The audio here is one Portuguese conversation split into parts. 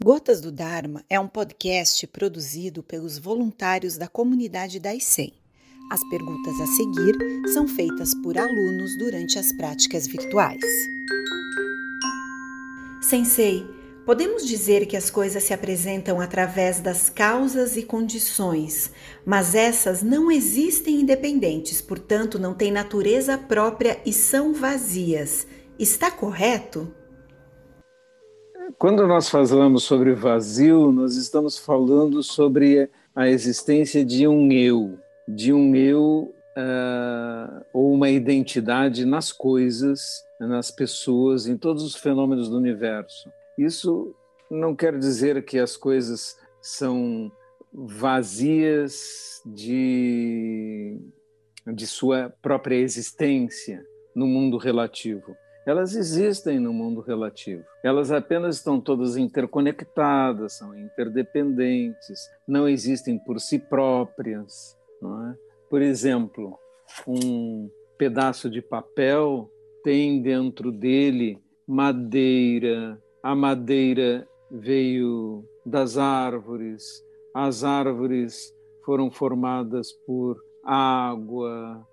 Gotas do Dharma é um podcast produzido pelos voluntários da comunidade da ICEM. As perguntas a seguir são feitas por alunos durante as práticas virtuais. Sensei, podemos dizer que as coisas se apresentam através das causas e condições, mas essas não existem independentes, portanto não têm natureza própria e são vazias. Está correto? Quando nós falamos sobre vazio, nós estamos falando sobre a existência de um eu ou uma identidade nas coisas, nas pessoas, em todos os fenômenos do universo. Isso não quer dizer que as coisas são vazias de sua própria existência no mundo relativo. Elas existem no mundo relativo. Elas apenas estão todas interconectadas, são interdependentes, não existem por si próprias, não é? Por exemplo, um pedaço de papel tem dentro dele madeira. A madeira veio das árvores. As árvores foram formadas por água,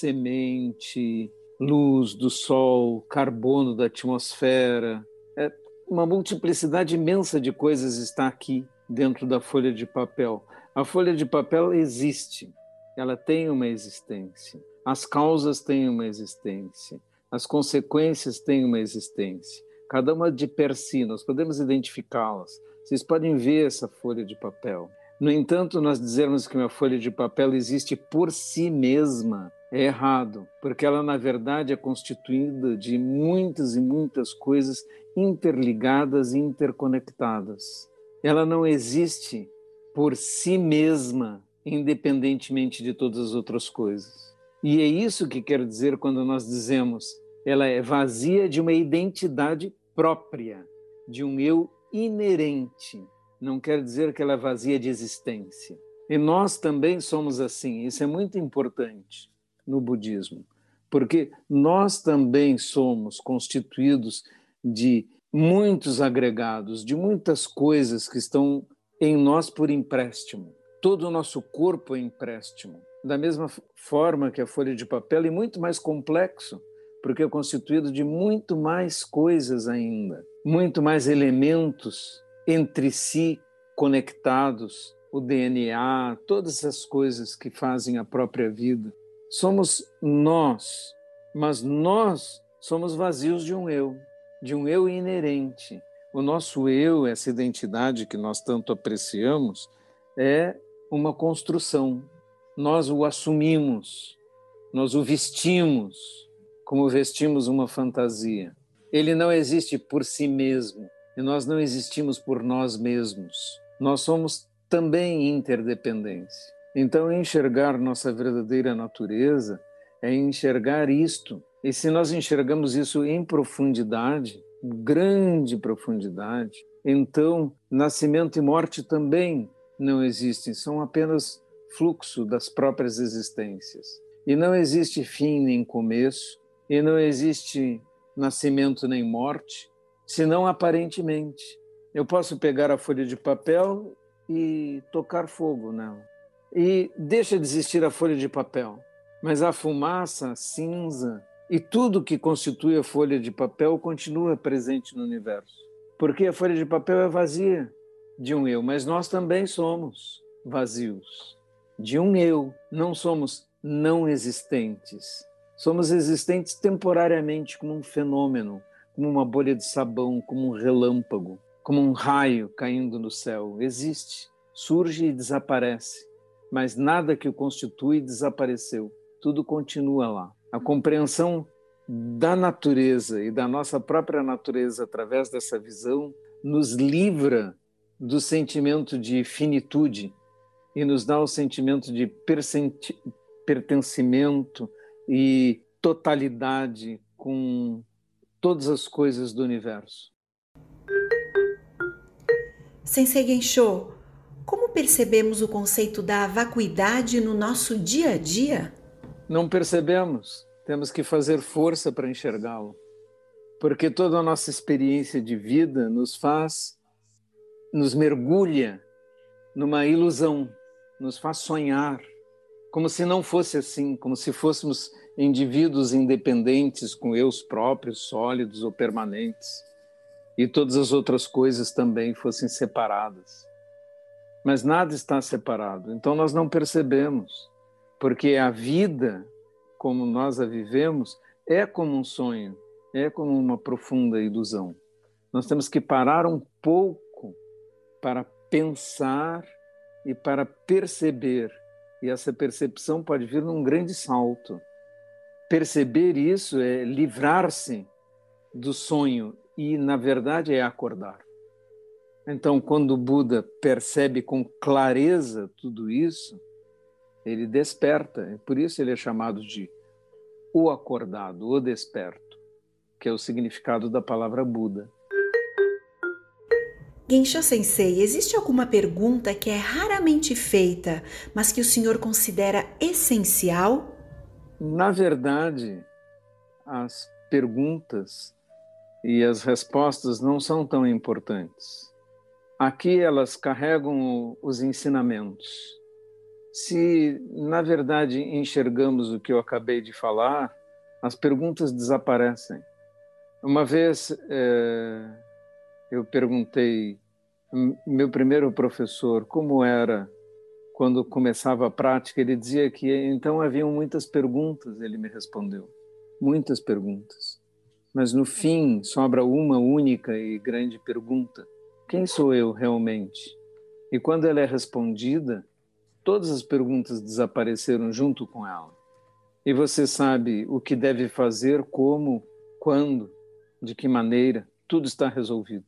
semente, luz do sol, carbono da atmosfera. Uma multiplicidade imensa de coisas está aqui dentro da folha de papel. A folha de papel existe, ela tem uma existência. As causas têm uma existência, as consequências têm uma existência. Cada uma de per si, nós podemos identificá-las. Vocês podem ver essa folha de papel. No entanto, nós dizermos que uma folha de papel existe por si mesma é errado, porque ela, na verdade, é constituída de muitas e muitas coisas interligadas e interconectadas. Ela não existe por si mesma, independentemente de todas as outras coisas. E é isso que quer dizer quando nós dizemos ela é vazia de uma identidade própria, de um eu inerente. Não quer dizer que ela é vazia de existência. E nós também somos assim. Isso é muito importante no budismo, porque nós também somos constituídos de muitos agregados, de muitas coisas que estão em nós por empréstimo. Todo o nosso corpo é empréstimo, da mesma forma que a folha de papel, e muito mais complexo, porque é constituído de muito mais coisas ainda, muito mais elementos entre si conectados, o DNA, todas essas coisas que fazem a própria vida. Somos nós, mas nós somos vazios de um eu inerente. O nosso eu, essa identidade que nós tanto apreciamos, é uma construção. Nós o assumimos, nós o vestimos, como vestimos uma fantasia. Ele não existe por si mesmo, e nós não existimos por nós mesmos. Nós somos também interdependência. Então, enxergar nossa verdadeira natureza é enxergar isto. E se nós enxergamos isso em profundidade, grande profundidade, então nascimento e morte também não existem, são apenas fluxo das próprias existências. E não existe fim nem começo, e não existe nascimento nem morte, senão aparentemente. Eu posso pegar a folha de papel e tocar fogo nela. E deixa de existir a folha de papel. Mas a fumaça, a cinza e tudo que constitui a folha de papel continua presente no universo. Porque a folha de papel é vazia de um eu, mas nós também somos vazios de um eu. Não somos não existentes. Somos existentes temporariamente como um fenômeno, como uma bolha de sabão, como um relâmpago, como um raio caindo no céu. Existe, surge e desaparece, mas nada que o constitui desapareceu. Tudo continua lá. A compreensão da natureza e da nossa própria natureza através dessa visão nos livra do sentimento de finitude e nos dá o sentimento de pertencimento e totalidade com todas as coisas do universo. Sensei Gensho, como percebemos o conceito da vacuidade no nosso dia a dia? Não percebemos, temos que fazer força para enxergá-lo, porque toda a nossa experiência de vida nos faz nos mergulha numa ilusão, nos faz sonhar, como se não fosse assim, como se fôssemos indivíduos independentes, com eus próprios, sólidos ou permanentes, e todas as outras coisas também fossem separadas. Mas nada está separado, então nós não percebemos, porque a vida, como nós a vivemos, é como um sonho, é como uma profunda ilusão. Nós temos que parar um pouco para pensar e para perceber, e essa percepção pode vir num grande salto. Perceber isso é livrar-se do sonho e, na verdade, é acordar. Então, quando o Buda percebe com clareza tudo isso, ele desperta. Por isso ele é chamado de o acordado, o desperto, que é o significado da palavra Buda. Gensho Sensei, existe alguma pergunta que é raramente feita, mas que o senhor considera essencial? Na verdade, as perguntas e as respostas não são tão importantes. Aqui elas carregam os ensinamentos. Se, na verdade, enxergamos o que eu acabei de falar, as perguntas desaparecem. Uma vez eu perguntei meu primeiro professor como era quando começava a prática. Ele dizia que então haviam muitas perguntas, ele me respondeu. Muitas perguntas. Mas no fim sobra uma única e grande pergunta. Quem sou eu realmente? E quando ela é respondida, todas as perguntas desapareceram junto com ela. E você sabe o que deve fazer, como, quando, de que maneira, tudo está resolvido.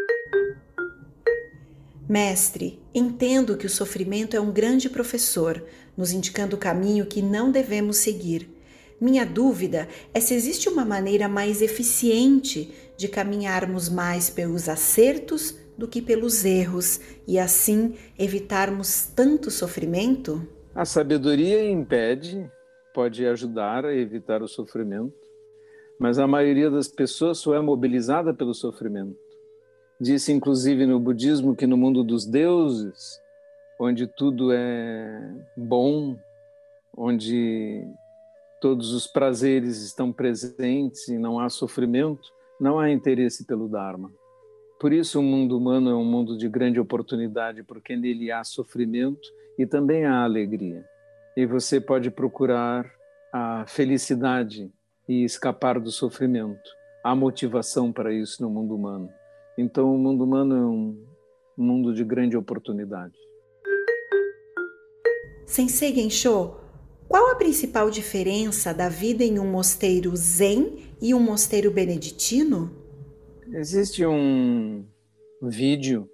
Mestre, entendo que o sofrimento é um grande professor, nos indicando o caminho que não devemos seguir. Minha dúvida é se existe uma maneira mais eficiente de caminharmos mais pelos acertos do que pelos erros e assim evitarmos tanto sofrimento? A sabedoria impede, pode ajudar a evitar o sofrimento, mas a maioria das pessoas só é mobilizada pelo sofrimento. Disse, inclusive, no budismo que no mundo dos deuses, onde tudo é bom, onde todos os prazeres estão presentes e não há sofrimento, não há interesse pelo Dharma. Por isso o mundo humano é um mundo de grande oportunidade, porque nele há sofrimento e também há alegria. E você pode procurar a felicidade e escapar do sofrimento. Há motivação para isso no mundo humano. Então o mundo humano é um mundo de grande oportunidade. Sensei Gensho, qual a principal diferença da vida em um mosteiro zen e um mosteiro beneditino? Existe um vídeo,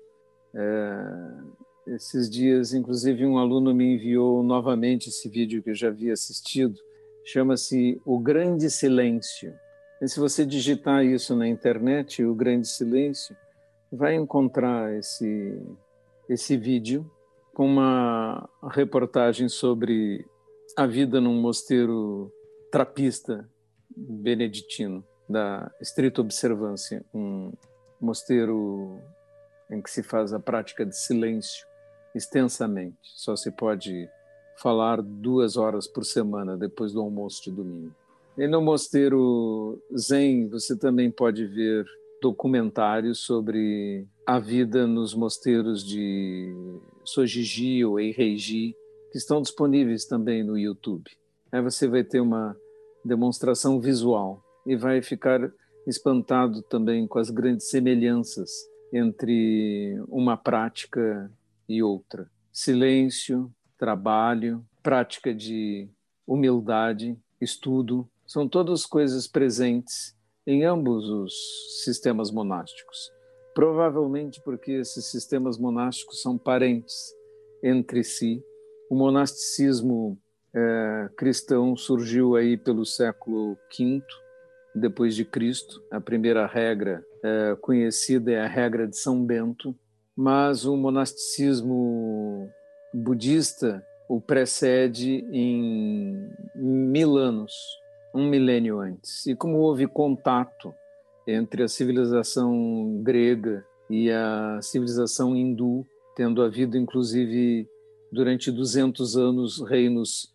esses dias, inclusive um aluno me enviou novamente esse vídeo que eu já havia assistido, chama-se O Grande Silêncio. E se você digitar isso na internet, O Grande Silêncio, vai encontrar esse vídeo com uma reportagem sobre a vida num mosteiro trapista beneditino, da estrita observância, um mosteiro em que se faz a prática de silêncio extensamente. Só se pode falar 2 horas por semana depois do almoço de domingo. E no mosteiro Zen você também pode ver documentários sobre a vida nos mosteiros de Sojiji ou Eiheiji, que estão disponíveis também no YouTube. Aí você vai ter uma demonstração visual e vai ficar espantado também com as grandes semelhanças entre uma prática e outra. Silêncio, trabalho, prática de humildade, estudo, são todas coisas presentes em ambos os sistemas monásticos. Provavelmente porque esses sistemas monásticos são parentes entre si. O monasticismo cristão surgiu aí pelo século V depois de Cristo. A primeira regra conhecida é a regra de São Bento, mas o monasticismo budista o precede em 1000 anos, 1 milênio antes. E como houve contato entre a civilização grega e a civilização hindu, tendo havido, inclusive, durante 200 anos, reinos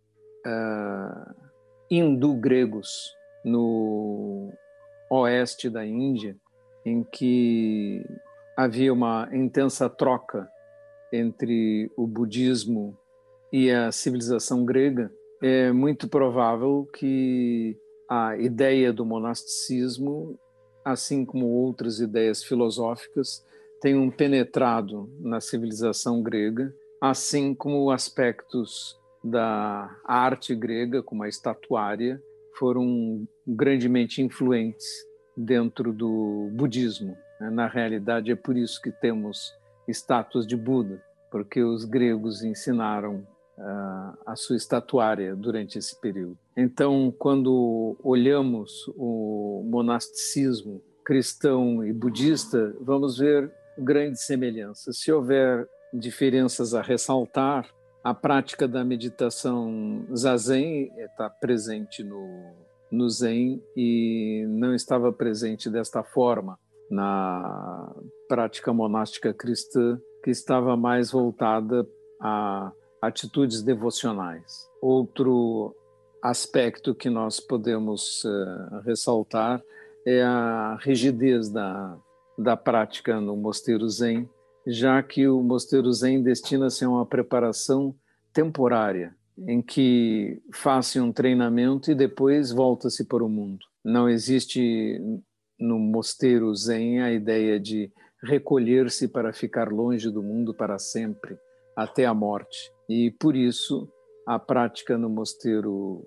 hindu-gregos no oeste da Índia, em que havia uma intensa troca entre o budismo e a civilização grega. É muito provável que a ideia do monasticismo, assim como outras ideias filosóficas, tenham penetrado na civilização grega, assim como aspectos da arte grega, como a estatuária, foram grandemente influentes dentro do budismo. Na realidade, é por isso que temos estátuas de Buda, porque os gregos ensinaram a sua estatuária durante esse período. Então, quando olhamos o monasticismo cristão e budista, vamos ver grandes semelhanças. Se houver diferenças a ressaltar, a prática da meditação zazen está presente no Zen e não estava presente desta forma na prática monástica cristã, que estava mais voltada a atitudes devocionais. Outro aspecto que nós podemos ressaltar é a rigidez da prática no mosteiro Zen, já que o mosteiro Zen destina-se a uma preparação temporária, em que faz-se um treinamento e depois volta-se para o mundo. Não existe no mosteiro Zen a ideia de recolher-se para ficar longe do mundo para sempre, até a morte. E, por isso, a prática no mosteiro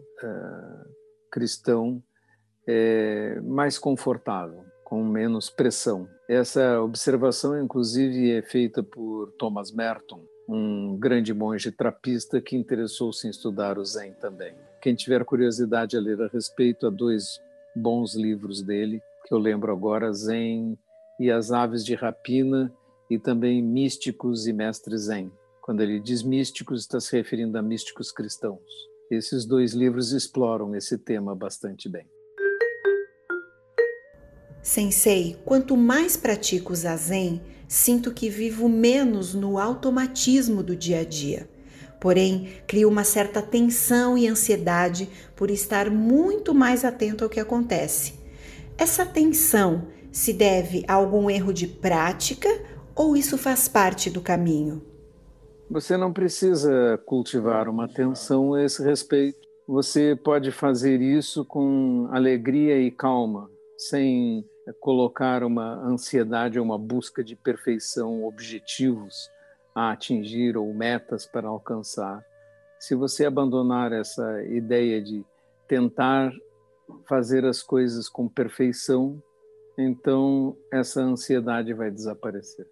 cristão é mais confortável, com menos pressão. Essa observação, inclusive, é feita por Thomas Merton, um grande monge trapista que interessou-se em estudar o Zen também. Quem tiver curiosidade a ler a respeito, há 2 bons livros dele, que eu lembro agora, Zen e as Aves de Rapina, e também Místicos e Mestres Zen. Quando ele diz místicos, está se referindo a místicos cristãos. Esses 2 livros exploram esse tema bastante bem. Sensei, quanto mais pratico o Zazen, sinto que vivo menos no automatismo do dia a dia. Porém, crio uma certa tensão e ansiedade por estar muito mais atento ao que acontece. Essa tensão se deve a algum erro de prática ou isso faz parte do caminho? Você não precisa cultivar uma tensão a esse respeito. Você pode fazer isso com alegria e calma, sem colocar uma ansiedade ou uma busca de perfeição, objetivos a atingir ou metas para alcançar. Se você abandonar essa ideia de tentar fazer as coisas com perfeição, então essa ansiedade vai desaparecer.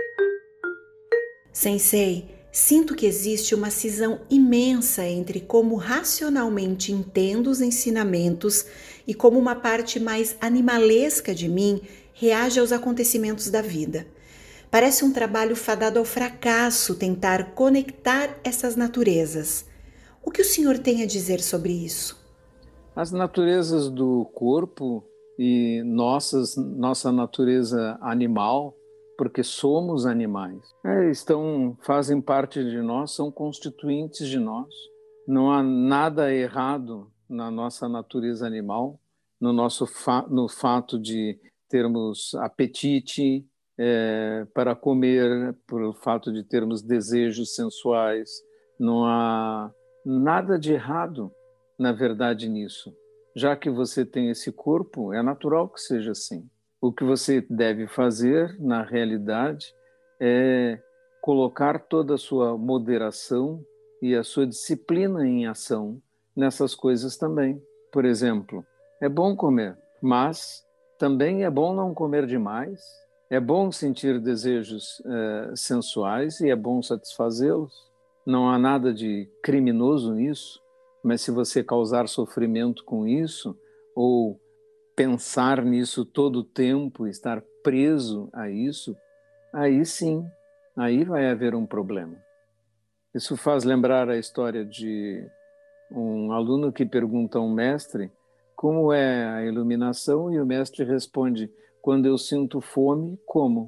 Sensei, sinto que existe uma cisão imensa entre como racionalmente entendo os ensinamentos e como uma parte mais animalesca de mim reage aos acontecimentos da vida. Parece um trabalho fadado ao fracasso tentar conectar essas naturezas. O que o senhor tem a dizer sobre isso? As naturezas do corpo e nossa natureza animal, porque somos animais, fazem parte de nós, são constituintes de nós. Não há nada errado na nossa natureza animal, no fato de termos apetite para comer, por fato de termos desejos sensuais. Não há nada de errado, na verdade, nisso. Já que você tem esse corpo, é natural que seja assim. O que você deve fazer, na realidade, é colocar toda a sua moderação e a sua disciplina em ação nessas coisas também. Por exemplo, é bom comer, mas também é bom não comer demais. É bom sentir desejos sensuais e é bom satisfazê-los. Não há nada de criminoso nisso, mas se você causar sofrimento com isso, ou pensar nisso todo o tempo, estar preso a isso, aí sim, aí vai haver um problema. Isso faz lembrar a história de um aluno que pergunta a um mestre como é a iluminação e o mestre responde: quando eu sinto fome, como.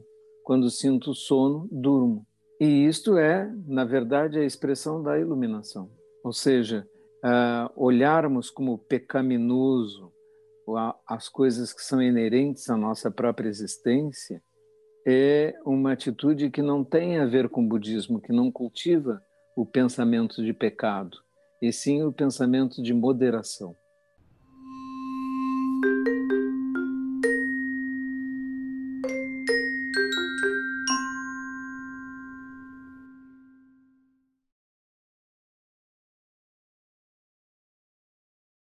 quando sinto sono, durmo. E isto é, na verdade, a expressão da iluminação. Ou seja, olharmos como pecaminoso as coisas que são inerentes à nossa própria existência é uma atitude que não tem a ver com o budismo, que não cultiva o pensamento de pecado, e sim o pensamento de moderação.